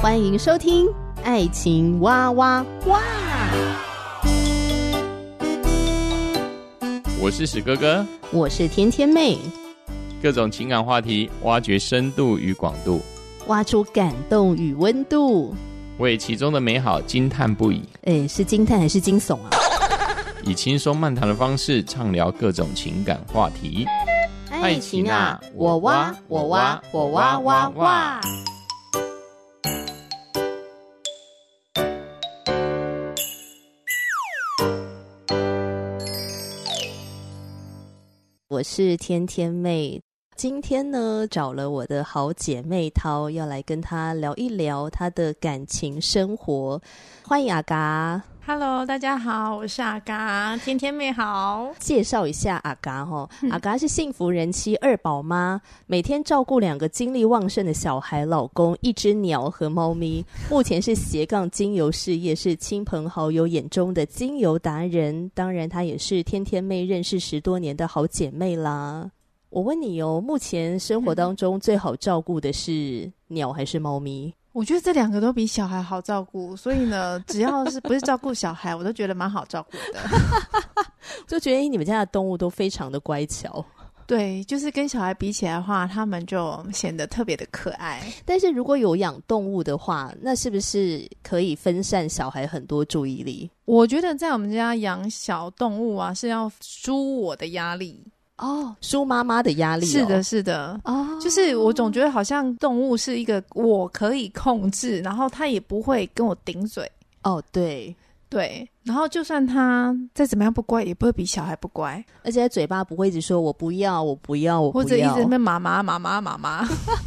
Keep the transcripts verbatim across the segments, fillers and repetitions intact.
欢迎收听爱情哇哇哇。 我是史哥哥， 我是甜甜妹， 各种情感话题，挖掘深度与广度， 挖出感动与温度， 为其中的美好惊叹不已。 诶，是惊叹还是惊悚啊？ 以轻松漫谈的方式畅聊各种情感话题。 爱情啊，我挖我挖我挖挖挖。我是甜甜妹，今天呢找了我的好姐妹涛，要来跟她聊一聊她的感情生活。欢迎阿嘎。 Hello， 大家好，我是阿嘎，甜甜妹好。 介绍一下阿嘎齁、嗯、阿嘎是幸福人妻二宝妈，每天照顾两个精力旺盛的小孩、老公、一只鸟和猫咪。目前是斜杠精油事业，是亲朋好友眼中的精油达人。当然，她也是甜甜妹认识十多年的好姐妹啦。我问你哦，目前生活当中最好照顾的是鸟还是猫咪？ 我觉得这两个都比小孩好照顾，所以呢，只要是不是照顾小孩，我都觉得蛮好照顾的。 就觉得你们家的动物都非常的乖巧。 对，就是跟小孩比起来的话，他们就显得特别的可爱。 但是如果有养动物的话，那是不是可以分散小孩很多注意力？ 我觉得在我们家养小动物啊，是要疏我的压力。 哦，输妈妈的压力、哦、 是的是的、哦、就是我总觉得好像动物是一个我可以控制，然后它也不会跟我顶嘴。 哦，对对，然后就算它再怎么样不乖，也不会比小孩不乖， 而且嘴巴不会一直说我不要我不要我不要， 或者一直在妈妈妈妈妈妈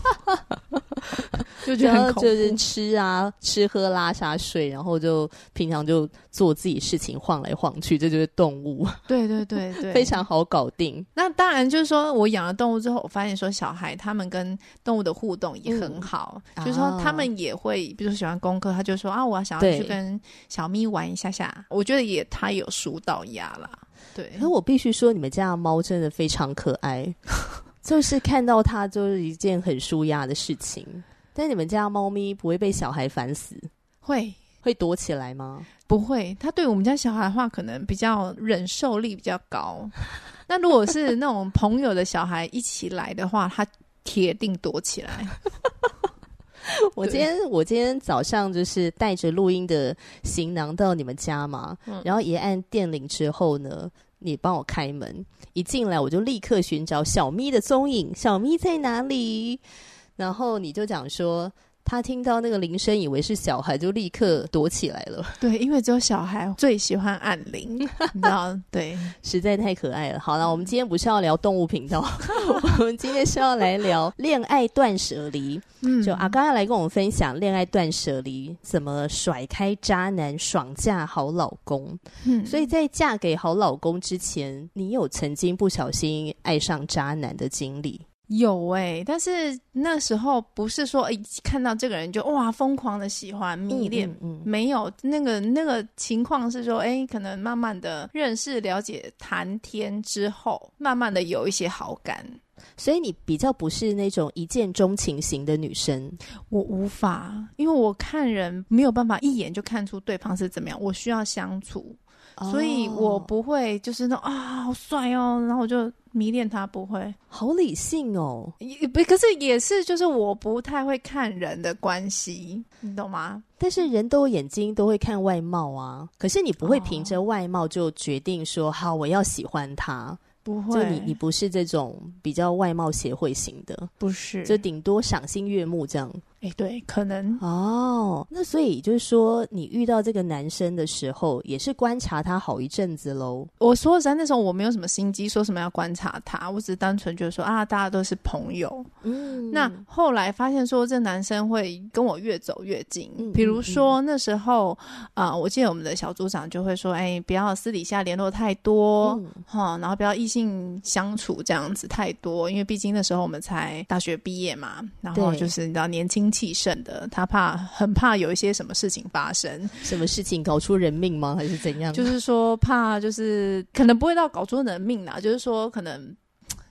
就觉得很恐怖， 就是吃啊吃喝拉撒睡，然后就平常就做自己事情，晃来晃去，这就是动物。 对对对对， 非常好搞定。 那当然就是说我养了动物之后，我发现说小孩他们跟动物的互动也很好、嗯、就是说他们也会比如说喜欢功课，他就说啊我想要去跟小咪玩一下下，我觉得也他有疏到压啦。对， 可我必须说你们家的猫真的非常可爱就是看到它就是一件很舒压的事情。但你们家的猫咪不会被小孩烦死？ 会会躲起来吗？ 不会，它对我们家小孩的话可能比较忍受力比较高那如果是那种朋友的小孩一起来的话，它铁定躲起来我今天我今天早上就是带着录音的行囊到你们家嘛、嗯、然后一按电铃之后呢，你帮我开门，一进来我就立刻寻找小咪的踪影，小咪在哪里？然后你就讲说他听到那个铃声以为是小孩，就立刻躲起来了。 对，因为只有小孩最喜欢按铃你知道，对， 实在太可爱了。好了，我们今天不是要聊动物频道我们今天是要来聊恋爱断舍离。嗯，就阿刚要来跟我们分享恋爱断舍离，怎么甩开渣男，爽嫁好老公。嗯，所以在嫁给好老公之前，你有曾经不小心爱上渣男的经历？ 有欸，但是那时候不是说一看到这个人就哇疯狂的喜欢迷恋、嗯嗯嗯、没有，那个那个情况是说哎，可能慢慢的认识了解谈天之后，慢慢的有一些好感。 所以你比较不是那种一见钟情型的女生？ 我无法，因为我看人没有办法一眼就看出对方是怎么样，我需要相处、哦、所以我不会就是那种啊好帅哦，然后我就迷恋他，不会。 好理性哦。 也不，可是也是就是我不太会看人的关系，你懂吗？ 但是人都有眼睛，都会看外貌啊，可是你不会凭着外貌就决定说、哦、好我要喜欢他， 不会。 就你你不是这种比较外貌协会型的？ 不是， 就顶多赏心悦目这样。 哎，对，可能。 哦，那所以就是说你遇到这个男生的时候也是观察他好一阵子咯？ 我说实在那时候我没有什么心机说什么要观察他，我只是单纯觉得说啊大家都是朋友。嗯，那后来发现说这男生会跟我越走越近、嗯、比如说那时候啊、呃，我记得我们的小组长就会说哎，不要私底下联络太多、嗯哦、然后不要异性相处这样子太多，因为毕竟那时候我们才大学毕业嘛，然后就是你知道年轻气盛的，他怕很怕有一些什么事情发生。 什么事情？搞出人命吗？还是怎样？ 就是说怕就是可能不会到搞出人命啦，就是说可能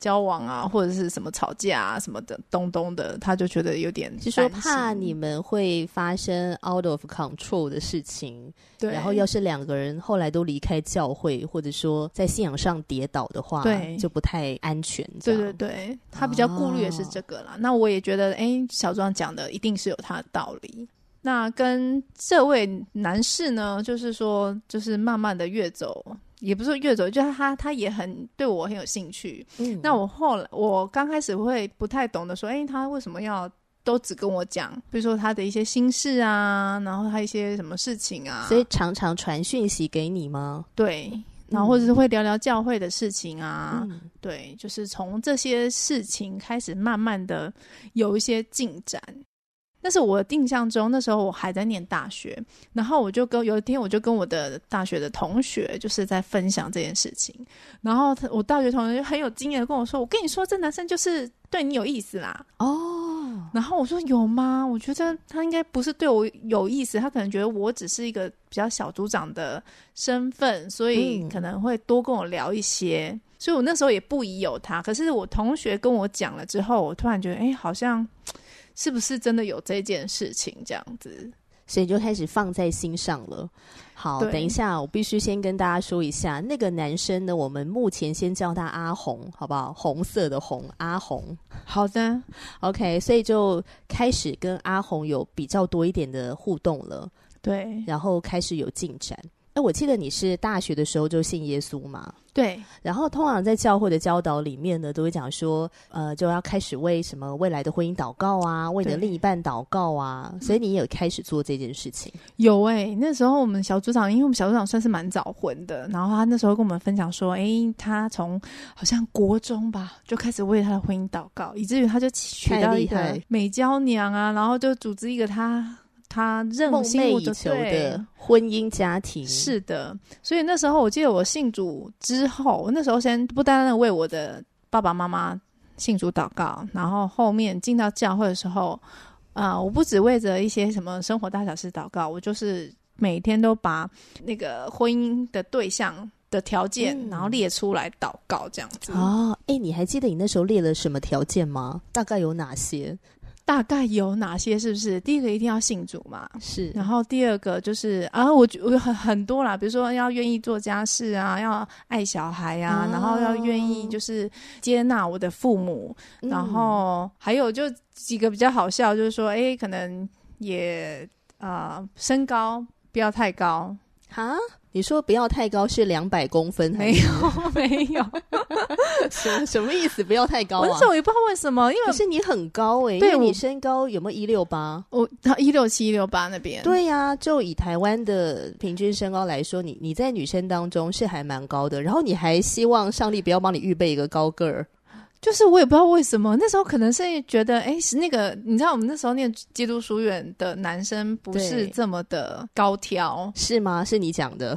交往啊，或者是什么吵架啊什么的东东的，他就觉得有点担心， 是说怕你们会发生 out of control 的事情，对，然后要是两个人后来都离开教会，或者说在信仰上跌倒的话，对，就不太安全。 对对对，他比较顾虑的是这个啦。哦、那我也觉得，哎，小庄讲的一定是有他的道理。那跟这位男士呢，就是说，就是慢慢的越走。也不是越走，就是他他也很对我很有兴趣。嗯，那我后来我刚开始会不太懂得说，哎，他为什么要都只跟我讲，比如说他的一些心事啊，然后他一些什么事情啊， 所以常常传讯息给你吗？ 对，然后或者是会聊聊教会的事情啊，嗯、对，就是从这些事情开始慢慢的有一些进展。但是我的印象中那时候我还在念大学，然后我就跟有一天我就跟我的大学的同学就是在分享这件事情，然后我大学同学就很有经验的跟我说，我跟你说这男生就是对你有意思啦。哦，然后我说有吗？我觉得他应该不是对我有意思，他可能觉得我只是一个比较小组长的身份，所以可能会多跟我聊一些、嗯、所以我那时候也不疑有他。可是我同学跟我讲了之后，我突然觉得哎，好像是不是真的有这件事情这样子， 所以就开始放在心上了。好，等一下我必须先跟大家说一下，那个男生呢，我们目前先叫他阿红好不好？红色的红，阿红。 好的 OK， 所以就开始跟阿红有比较多一点的互动了。 对， 然后开始有进展。哎，我记得你是大学的时候就信耶稣嘛？ 对。 然后通常在教会的教导里面呢，都会讲说，呃，就要开始为什么未来的婚姻祷告啊，为你的另一半祷告啊。所以你也有开始做这件事情？ 有哎、欸，那时候我们小组长，因为我们小组长算是蛮早婚的，然后他那时候跟我们分享说，哎，他从好像国中吧就开始为他的婚姻祷告，以至于他就娶到一个美娇娘啊，然后就组织一个他。他认梦寐以求的婚姻家庭。 是的，所以那时候我记得我信主之后，我那时候先不单单为我的爸爸妈妈信主祷告，然后后面进到教会的时候，啊、呃，我不只为着一些什么生活大小事祷告，我就是每天都把那个婚姻的对象的条件、嗯、然后列出来祷告这样子。 哦，哎，你还记得你那时候列了什么条件吗？大概有哪些？ 大概有哪些？是不是第一个一定要信主嘛？ 是。 然后第二个就是啊，我我很很多啦，比如说要愿意做家事啊，要爱小孩啊，哦、然后要愿意就是接纳我的父母，嗯、然后还有就几个比较好笑，就是说，哎，可能也啊、呃，身高不要太高哈。你说不要太高是两百公分？ 没有没有什, 什么意思？不要太高啊？ 我我也不知道为什么，因为可是你很高哎、欸，因为你身高有没有一六八？ 我一六七一六八那边。 对呀、啊，就以台湾的平均身高来说，你你在女生当中是还蛮高的，然后你还希望上帝不要帮你预备一个高个儿。 就是我也不知道为什么，那时候可能是觉得，哎，是那个你知道我们那时候念基督书院的男生不是这么的高挑， 是吗？是你讲的？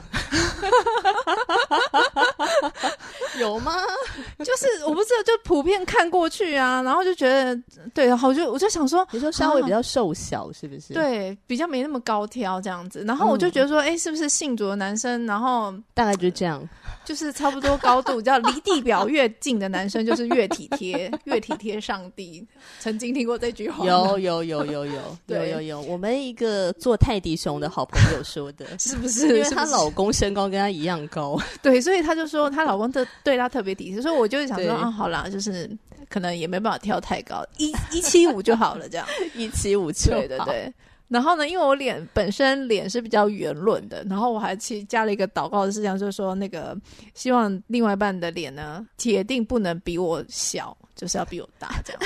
有吗？ 就是我不知道，就普遍看过去啊，然后就觉得，对，然后我就我就想说， 你说稍微比较瘦小，是不是？ 对，比较没那么高挑这样子，然后我就觉得说，哎、嗯，是不是信主的男生，然后大概就这样。 就是差不多高度，叫离地表越近的男生就是越体贴，越体贴上帝。曾经听过这句话？ 有有有有有有有有，我们一个做泰迪熊的好朋友说的， 是不是？ 因为她老公身高跟她一样高， 对，所以她就说她老公特对她特别体贴，所以我就想说啊，好啦，就是可能也没办法跳太高，一一七五就好了，这样一七五就好。 对对对。然后呢，因为我脸本身脸是比较圆润的，然后我还去加了一个祷告的事项，就是说那个希望另外一半的脸呢，铁定不能比我小，就是要比我大，这样。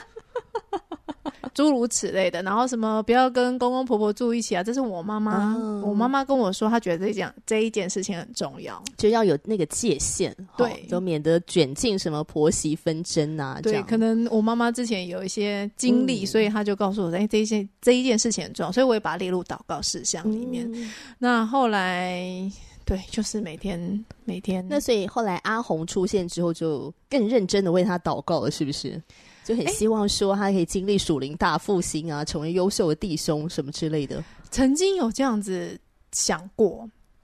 诸如此类的，然后什么不要跟公公婆婆住一起啊，这是我妈妈、哦、我妈妈跟我说她觉得这件这一件事情很重要， 就要有那个界限， 对， 就免得卷进什么婆媳纷争啊。 对， 这样可能我妈妈之前有一些经历、嗯、所以她就告诉我哎，这一件这一件事情很重要，所以我也把它列入祷告事项里面、嗯、那后来对，就是每天每天那所以后来阿红出现之后就更认真的为他祷告了，是不是？就很希望说他可以经历属灵大复兴啊，成为优秀的弟兄什么之类的。 曾经有这样子想过，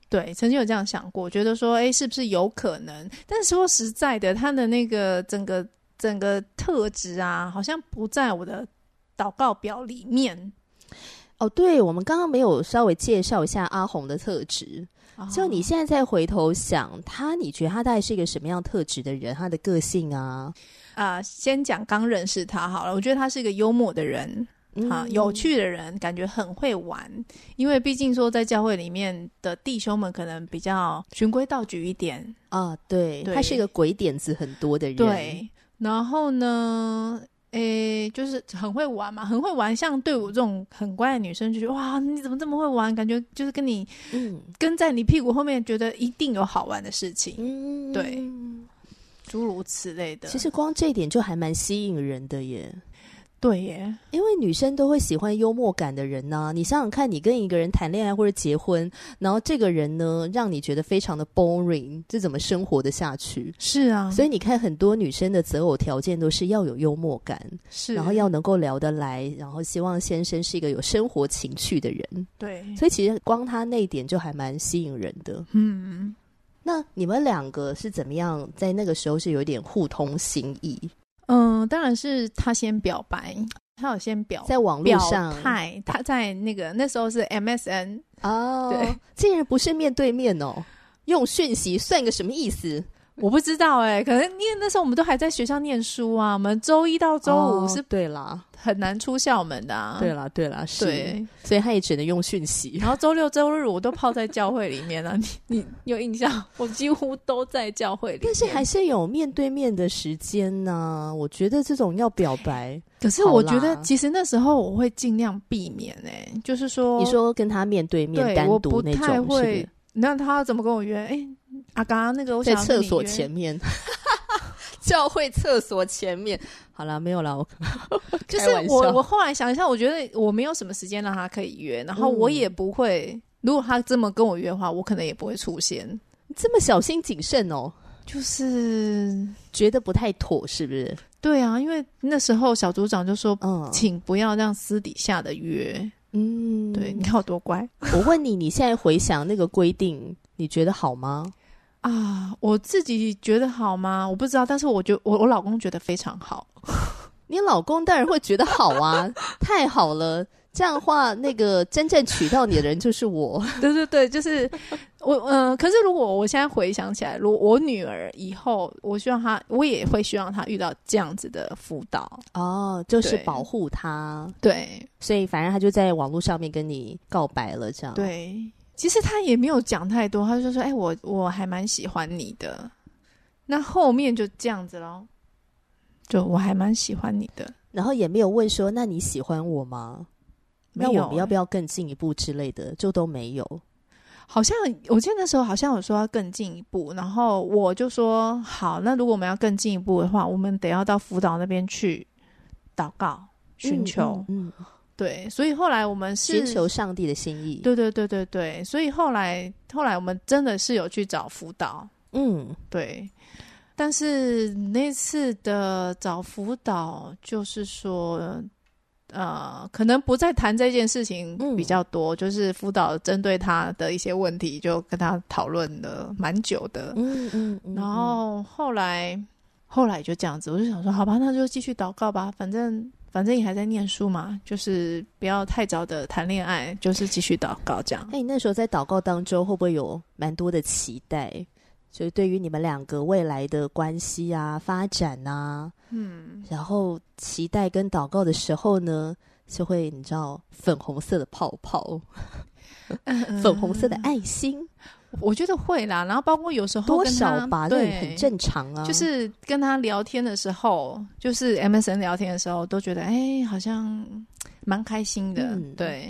对，曾经有这样想过，觉得说哎，是不是有可能，但是说实在的，他的那个整个整个特质啊好像不在我的祷告表里面。 哦，对，我们刚刚没有稍微介绍一下阿红的特质，哦，就你现在再回头想他，你觉得他大概是一个什么样特质的人，他的个性啊？ 啊、呃，先讲刚认识他好了，我觉得他是一个幽默的人，嗯、啊，有趣的人，感觉很会玩。因为毕竟说在教会里面的弟兄们可能比较循规蹈矩一点啊，对， 对， 他是一个鬼点子很多的人。 对，然后呢？诶，就是很会玩嘛，很会玩。像对我这种很乖的女生，就觉得哇，你怎么这么会玩？感觉就是跟你，嗯，跟在你屁股后面，觉得一定有好玩的事情，嗯，对，诸如此类的。 其实光这一点就还蛮吸引人的耶。 对耶， 因为女生都会喜欢幽默感的人啊，你想想看，你跟一个人谈恋爱或者结婚，然后这个人呢让你觉得非常的 boring， 这怎么生活得下去？ 是啊， 所以你看很多女生的择偶条件都是要有幽默感， 是， 然后要能够聊得来，然后希望先生是一个有生活情趣的人。 对， 所以其实光他那一点就还蛮吸引人的。嗯，那你们两个是怎么样在那个时候是有点互通心意？ 嗯，当然是他先表白，他有先表在网络上表态，他在那个那时候是 M S N 哦， 对， 竟然不是面对面哦，用讯息算个什么意思？ 我不知道哎、欸，可能因为那时候我们都还在学校念书啊，我们周一到周五是、 哦、对啦， 很难出校门的啊。 对啦，对啦，是， 对， 所以他也只能用讯息。 然后周六周日我都泡在教会里面啊，你你有印象？我几乎都在教会里面， 但是还是有面对面的时间呢、啊。我觉得这种要表白， 可是我觉得其实那时候我会尽量避免哎、欸，就是说， 你说跟他面对面单独那种， 我不太会。那他要怎么跟我约？哎、欸，啊，刚刚那个我想在厕所前面。教会厕所前面，好啦，没有啦，我就是我我后来想一下，我觉得我没有什么时间让他可以约，然后我也不会、嗯、如果他这么跟我约的话，我可能也不会出现。 这么小心谨慎哦， 就是觉得不太妥，是不是？ 对啊，因为那时候小组长就说、嗯、请不要让私底下的约。嗯，对，你看我多乖。 我问你，你现在回想那个规定，你觉得好吗？ 啊，我自己觉得好吗？我不知道，但是我觉得我我老公觉得非常好。 你老公当然会觉得好啊，太好了！这样的话，那个真正娶到你的人就是我。 对对对，就是我。嗯、呃，可是如果我现在回想起来，如果我女儿以后，我希望她，我也会希望她遇到这样子的辅导。 哦，就是保护她。 对， 所以反正她就在网络上面跟你告白了，这样。 对。其实他也没有讲太多，他就说：“哎、欸，我我还蛮喜欢你的。”那后面就这样子咯，就我还蛮喜欢你的， 然后也没有问说：“那你喜欢我吗？没有、欸，那我们要不要更进一步之类的？”就都没有。 好像我记得那时候好像有说要更进一步，然后我就说：“好，那如果我们要更进一步的话，我们得要到辅导那边去祷告、寻求。嗯”嗯嗯对，所以后来我们是寻求上帝的心意。 对对对对对，所以后来后来我们真的是有去找辅导。嗯，对。但是那次的找辅导，就是说，呃，可能不再谈这件事情比较多，嗯、就是辅导针对他的一些问题，就跟他讨论了蛮久的。嗯嗯嗯。然后后来后来就这样子，我就想说，好吧，那就继续祷告吧，反正。反正你还在念书嘛，就是不要太早的谈恋爱，就是继续祷告这样。 哎、欸，你那时候在祷告当中会不会有蛮多的期待？就是对于你们两个未来的关系啊、发展啊，嗯，然后期待跟祷告的时候呢，就会你知道粉红色的泡泡，嗯、粉红色的爱心。 我觉得会啦，然后包括有时候跟他多少吧，对，很正常啊。 就是跟他聊天的时候，就是 M S N 聊天的时候，都觉得哎、欸，好像蛮开心的。嗯、对，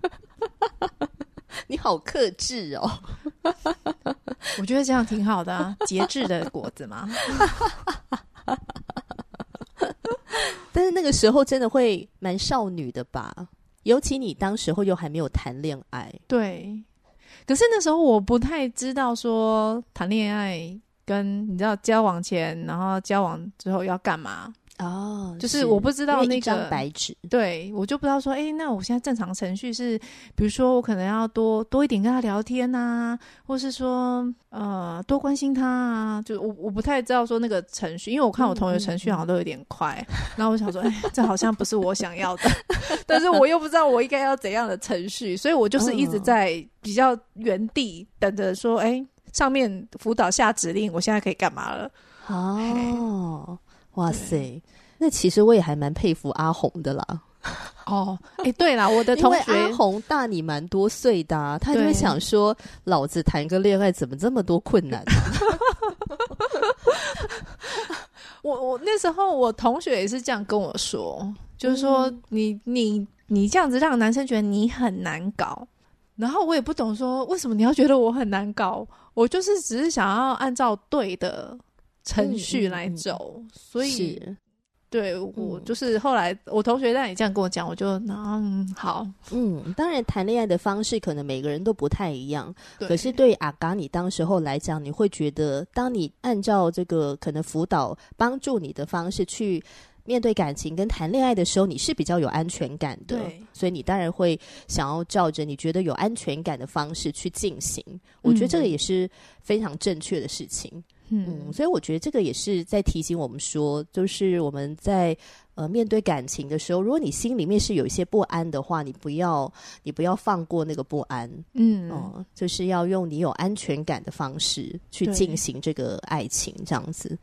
你好克制哦。 我觉得这样挺好的啊，节制的果子嘛。 但是那个时候真的会蛮少女的吧？尤其你当时候又还没有谈恋爱， 对。可是那时候我不太知道说谈恋爱跟你知道交往前然后交往之后要干嘛。 哦，就是我不知道那个一张白纸， 对，我就不知道说，哎，那我现在正常程序是，比如说我可能要多多一点跟他聊天啊，或是说呃多关心他啊，就我我不太知道说那个程序，因为我看我同学程序好像都有点快，嗯嗯嗯然后我想说，哎，这好像不是我想要的，但是我又不知道我应该要怎样的程序，所以我就是一直在比较原地等着说，哎，上面辅导下指令，我现在可以干嘛了？ 哦。哇塞，那其实我也还蛮佩服阿红的啦。 哦，哎，对啦，我的同学因为阿红大你蛮多岁的、啊，他就会想说，老子谈个恋爱怎么这么多困难、啊？ 我我那时候我同学也是这样跟我说，就是说、嗯、你你你这样子让男生觉得你很难搞，然后我也不懂说为什么你要觉得我很难搞，我就是只是想要按照对的程序来走、嗯嗯、所以是对我就是后来我同学让你这样跟我讲，我就嗯好嗯，当然谈恋爱的方式可能每个人都不太一样，可是对阿嘎你当时候来讲，你会觉得当你按照这个可能辅导帮助你的方式去面对感情跟谈恋爱的时候，你是比较有安全感的，对，所以你当然会想要照着你觉得有安全感的方式去进行、嗯、我觉得这个也是非常正确的事情。嗯, 嗯，所以我觉得这个也是在提醒我们说，就是我们在呃面对感情的时候，如果你心里面是有一些不安的话，你不要你不要放过那个不安，嗯、呃，就是要用你有安全感的方式去进行这个爱情，这样子。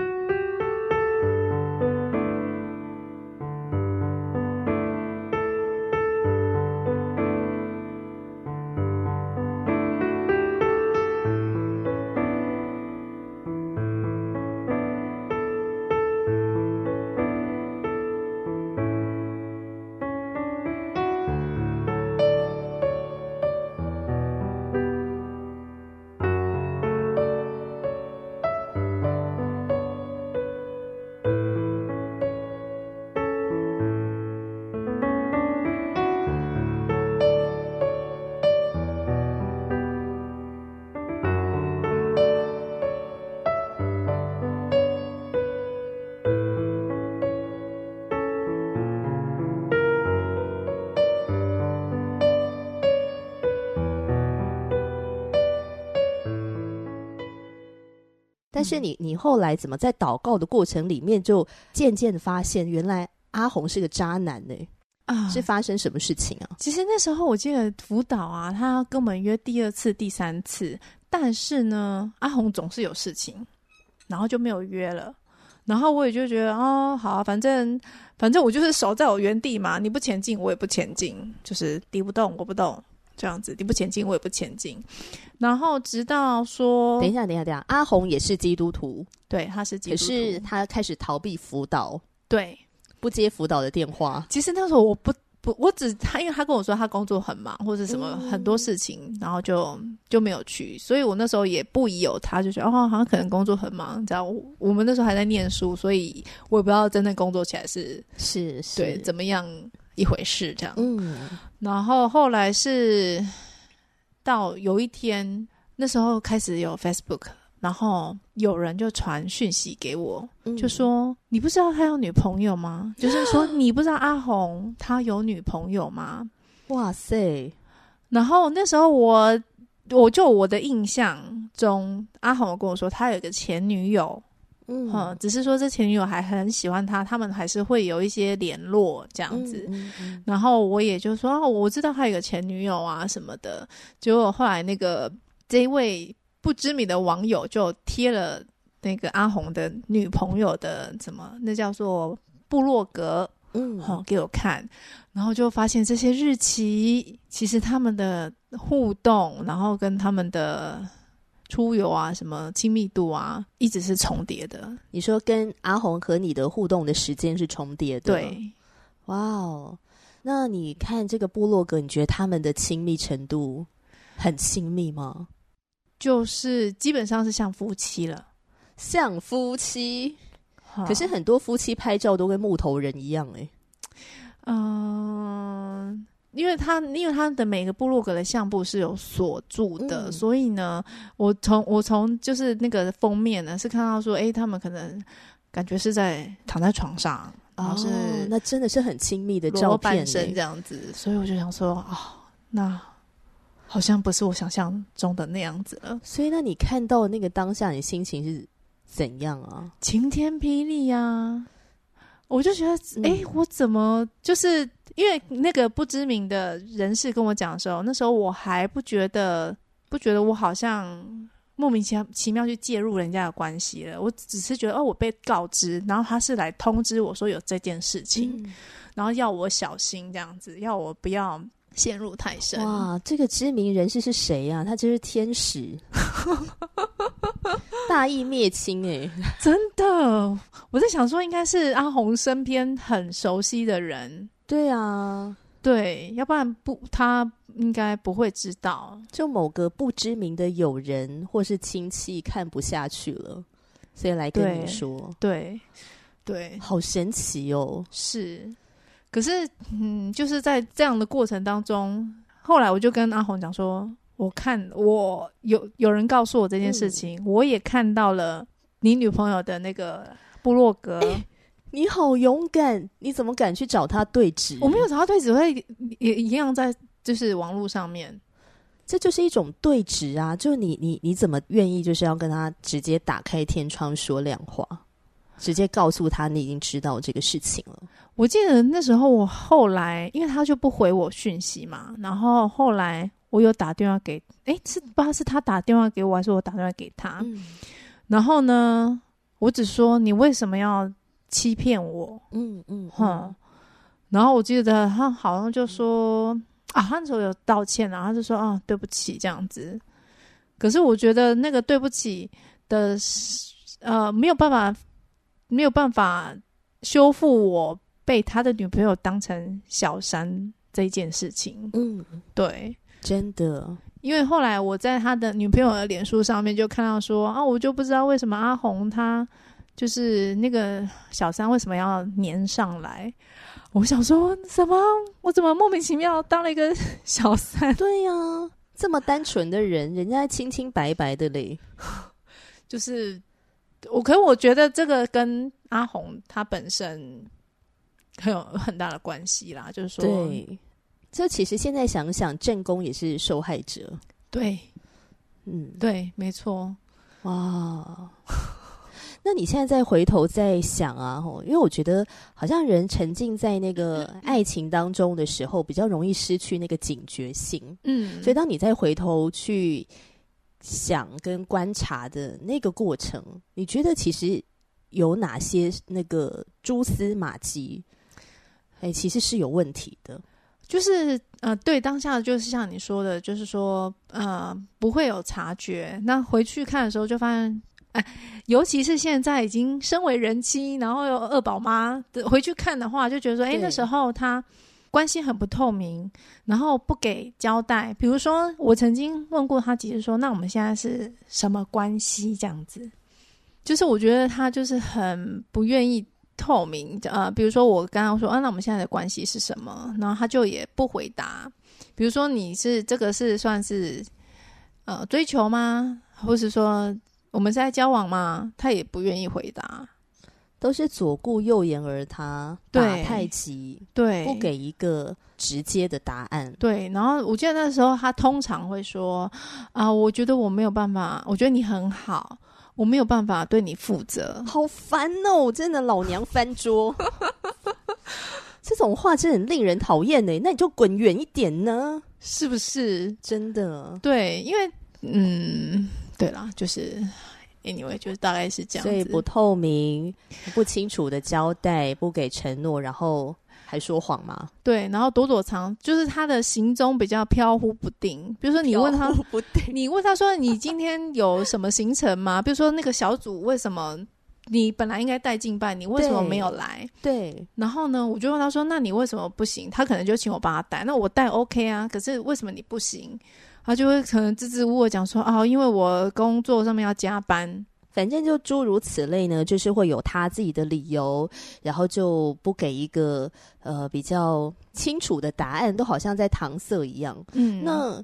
但是你你后来怎么在祷告的过程里面就渐渐的发现原来阿红是个渣男呢、欸？啊，是发生什么事情啊？ 其实那时候我记得辅导啊，他跟我们约第二次第三次，但是呢阿红总是有事情，然后就没有约了，然后我也就觉得哦好啊，反正反正我就是守在我原地嘛，你不前进我也不前进，就是敌不动我不动这样子，你不前进我也不前进，然后直到说等一下等一下等一下，阿红也是基督徒， 对，他是基督徒， 可是他开始逃避辅导， 对， 不接辅导的电话。 其实那时候我不不我只他因为他跟我说他工作很忙或者什么很多事情、嗯、然后就就没有去，所以我那时候也不疑有他，就觉得哦好像可能工作很忙，你知道 我, 我们那时候还在念书，所以我也不知道真正工作起来是是是对怎么样一回事这样。 嗯，然后后来是到有一天，那时候开始有 Facebook， 然后有人就传讯息给我、嗯、就说你不知道他有女朋友吗？就是说你不知道阿红他有女朋友吗？ 哇塞！ 然后那时候我我就我的印象中，阿红跟我说他有一个前女友，嗯, 嗯，只是说这前女友还很喜欢他，他们还是会有一些联络这样子、嗯嗯嗯、然后我也就说、哦、我知道他有个前女友啊什么的，结果后来那个这一位不知名的网友就贴了那个阿红的女朋友的什么那叫做部落格嗯、哦，给我看，然后就发现这些日期其实他们的互动，然后跟他们的出游啊什么亲密度啊一直是重叠的。 你说跟阿红和你的互动的时间是重叠的？ 对。 哇哦，那你看这个部落格，你觉得他们的亲密程度很亲密吗？ 就是基本上是像夫妻了。 像夫妻？可是很多夫妻拍照都跟木头人一样欸。 嗯，因为他因为他的每个部落格的相簿是有锁住的、嗯、所以呢我从我从就是那个封面呢是看到说诶他们可能感觉是在躺在床上，然后是、 哦、那真的是很亲密的照片， 裸半身这样子，所以我就想说，哦，那好像不是我想象中的那样子了。 所以那你看到那个当下，你心情是怎样啊？ 晴天霹雳啊！我就觉得，哎、嗯，我怎么就是因为那个不知名的人士跟我讲的时候，那时候我还不觉得，不觉得我好像莫名其妙其妙去介入人家的关系了。我只是觉得，哦，我被告知，然后他是来通知我说有这件事情，嗯、然后要我小心这样子，要我不要陷入太深。 哇，这个知名人士是谁啊？他真是天使，大义灭亲哎、欸！ 真的，我在想说，应该是阿红身边很熟悉的人。 对啊， 对，要不然不，他应该不会知道。 就某个不知名的友人或是亲戚看不下去了，所以来跟你说。 对，对，对， 好神奇哦！ 是。可是，嗯，就是在这样的过程当中，后来我就跟阿红讲说，我看我有有人告诉我这件事情、嗯，我也看到了你女朋友的那个部落格。欸， 你好勇敢！你怎么敢去找他对质？ 我没有找他对质，会也一样在就是网络上面， 这就是一种对质啊！就你你你怎么愿意就是要跟他直接打开天窗说亮话？直接告诉他你已经知道这个事情了。 我记得那时候我后来因为他就不回我讯息嘛，然后后来我有打电话给诶是不知道是他打电话给我还是我打电话给他、嗯、然后呢我只说你为什么要欺骗我，嗯嗯嗯，然后我记得他好像就说啊他那时候有道歉，然后他就说啊对不起这样子。可是我觉得那个对不起的呃没有办法没有办法修复我被他的女朋友当成小三这件事情。嗯，对， 真的， 因为后来我在他的女朋友的脸书上面就看到说啊，我就不知道为什么阿红他就是那个小三为什么要黏上来。我想说什么？我怎么莫名其妙当了一个小三？ 对呀、啊，这么单纯的人，人家清清白白的嘞， 就是我，可是我觉得这个跟阿红她本身很有很大的关系啦，就是说， 对，这其实现在想想，正宫也是受害者， 对， 嗯， 对，没错， 哇。那你现在再回头再想啊，因为我觉得好像人沉浸在那个爱情当中的时候，比较容易失去那个警觉性。嗯，所以当你再回头去想跟观察的那个过程，你觉得其实有哪些那个蛛丝马迹，哎，其实是有问题的。 就是呃，对，当下就是像你说的，就是说呃，不会有察觉。那回去看的时候就发现。哎，尤其是现在已经身为人妻，然后有二宝妈，回去看的话，就觉得说，哎，那时候他关系很不透明，然后不给交代。比如说，我曾经问过他几次说，那我们现在是什么关系？这样子，就是我觉得他就是很不愿意透明。呃，比如说我刚刚说，啊，那我们现在的关系是什么？然后他就也不回答。比如说，你是这个是算是呃追求吗？或是说？我们是在交往吗？他也不愿意回答， 都是左顾右言而他，打太极， 对， 不给一个直接的答案。 对，然后我记得那时候他通常会说啊、呃，我觉得我没有办法，我觉得你很好，我没有办法对你负责。 好烦哦，真的老娘翻桌。这种话真的很令人讨厌耶，那你就滚远一点呢， 是不是？ 真的， 对，因为嗯。对啦，就是 anyway 就是大概是这样子， 所以不透明不清楚的交代，不给承诺，然后还说谎嘛。 对，然后躲躲藏，就是他的行踪比较飘忽不定。比如说你问他不定你问他说你今天有什么行程吗？比如说那个小组为什么你本来应该带进办，你为什么没有来？ 对, 对然后呢我就问他说那你为什么不行？他可能就请我帮他带，那我带 OK 啊，可是为什么你不行？他就会可能支支吾吾讲说啊，因为我工作上面要加班， 反正就诸如此类呢，就是会有他自己的理由，然后就不给一个呃比较清楚的答案，都好像在搪塞一样。嗯，那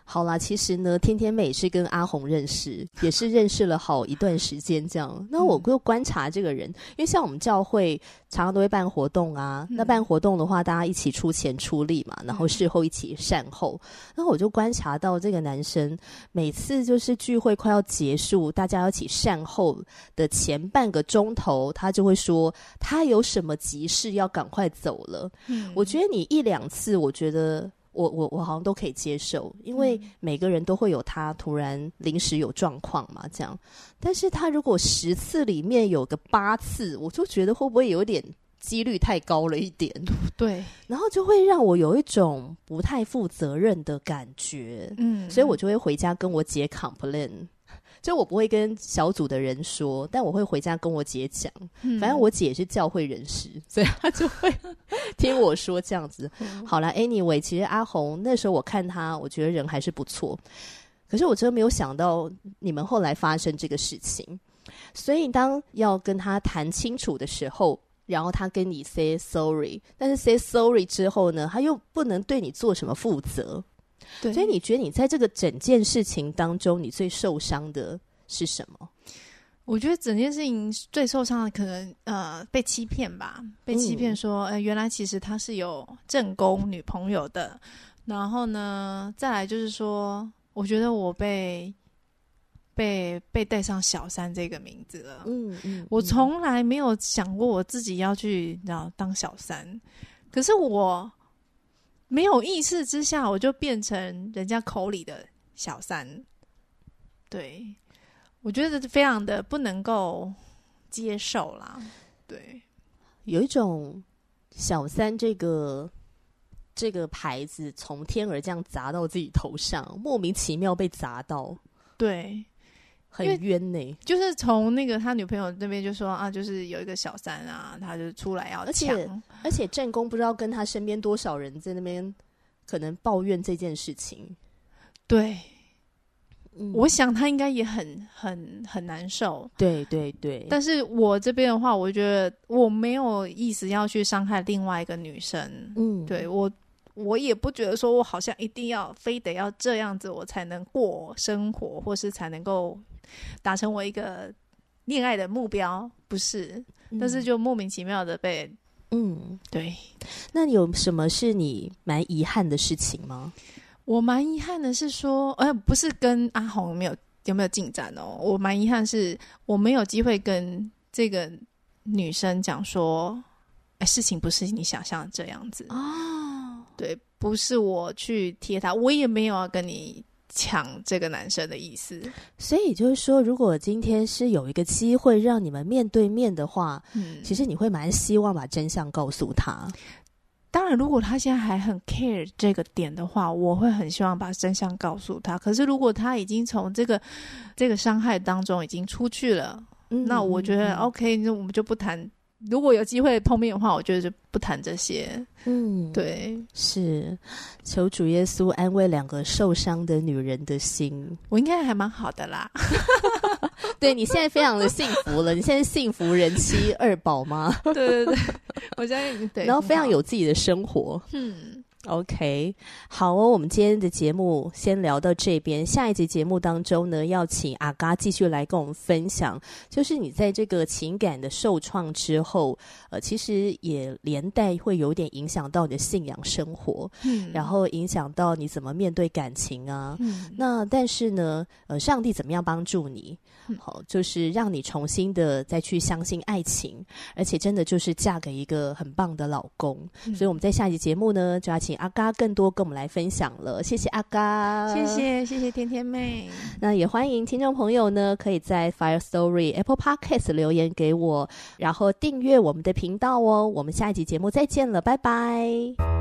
好啦，其实呢，天天妹是跟阿红认识，也是认识了好一段时间这样。那我就观察这个人，因为像我们教会常常都会办活动啊，嗯、那办活动的话，大家一起出钱出力嘛，然后事后一起善后。那我就观察到这个男生，每次就是聚会快要结束，大家要一起善后的前半个钟头，他就会说他有什么急事要赶快走了。嗯、我觉得你一两次，我觉得。我我我好像都可以接受，因为每个人都会有他突然临时有状况嘛，这样。但是他如果十次里面有个八次，我就觉得会不会有点几率太高了一点？ 对， 然后就会让我有一种不太负责任的感觉。嗯，所以我就会回家跟我姐 complain。就我不会跟小组的人说，但我会回家跟我姐讲、嗯、反正我姐也是教会人士，所以她就会听我说这样子、嗯、好啦 anyway 其实阿红那时候我看她我觉得人还是不错，可是我真的没有想到你们后来发生这个事情，所以当要跟她谈清楚的时候，然后她跟你 say sorry， 但是 say sorry 之后呢，她又不能对你做什么负责，对，所以你觉得你在这个整件事情当中你最受伤的是什么？ 我觉得整件事情最受伤的可能呃被欺骗吧，被欺骗说、嗯呃、原来其实他是有正宫女朋友的，然后呢再来就是说我觉得我被被被带上小三这个名字了。嗯嗯，我从来没有想过我自己要去你知道当小三，可是我没有意识之下我就变成人家口里的小三。对，我觉得非常的不能够接受啦。对， 有一种小三这个这个牌子从天而降砸到自己头上，莫名其妙被砸到。 对， 很冤呢、欸。 就是从那个他女朋友那边就说啊，就是有一个小三啊，他就出来要抢， 而且而且正宫不知道跟他身边多少人在那边可能抱怨这件事情。 对。嗯、我想他应该也很很很难受， 对对对。 但是我这边的话，我觉得我没有意思要去伤害另外一个女生，嗯，对我我也不觉得说我好像一定要非得要这样子我才能过生活，或是才能够达成我一个恋爱的目标，不是，嗯、但是就莫名其妙的被，嗯，对。 那有什么是你蛮遗憾的事情吗？ 我蛮遗憾的是说，呃，不是跟阿红有没有有没有进展哦。我蛮遗憾是我没有机会跟这个女生讲说，哎，事情不是你想象的这样子哦。对，不是我去贴他，我也没有要跟你抢这个男生的意思。 所以就是说，如果今天是有一个机会让你们面对面的话，嗯，其实你会蛮希望把真相告诉他。 当然如果他现在还很 care 这个点的话，我会很希望把真相告诉他，可是如果他已经从这个这个伤害当中已经出去了，嗯、那我觉得 OK， 那我们就不谈，如果有机会碰面的话，我觉得就不谈这些。嗯，对， 是求主耶稣安慰两个受伤的女人的心。 我应该还蛮好的啦。 对，你现在非常的幸福了，你现在幸福人妻二宝吗？ 对对对，我现在对， 然后非常有自己的生活。嗯。OK， 好哦，我们今天的节目先聊到这边。下一集节目当中呢，要请阿嘎继续来跟我们分享，就是你在这个情感的受创之后，呃，其实也连带会有点影响到你的信仰生活，嗯，然后影响到你怎么面对感情啊。嗯，那但是呢，呃，上帝怎么样帮助你？好，就是让你重新的再去相信爱情，而且真的就是嫁给一个很棒的老公。嗯、所以我们在下一集节目呢，就要请阿嘎更多跟我们来分享了。谢谢阿嘎， 谢谢谢谢天天妹。 那也欢迎听众朋友呢，可以在 Firstory、Apple Podcast 留言给我，然后订阅我们的频道哦。我们下一集节目再见了，拜拜。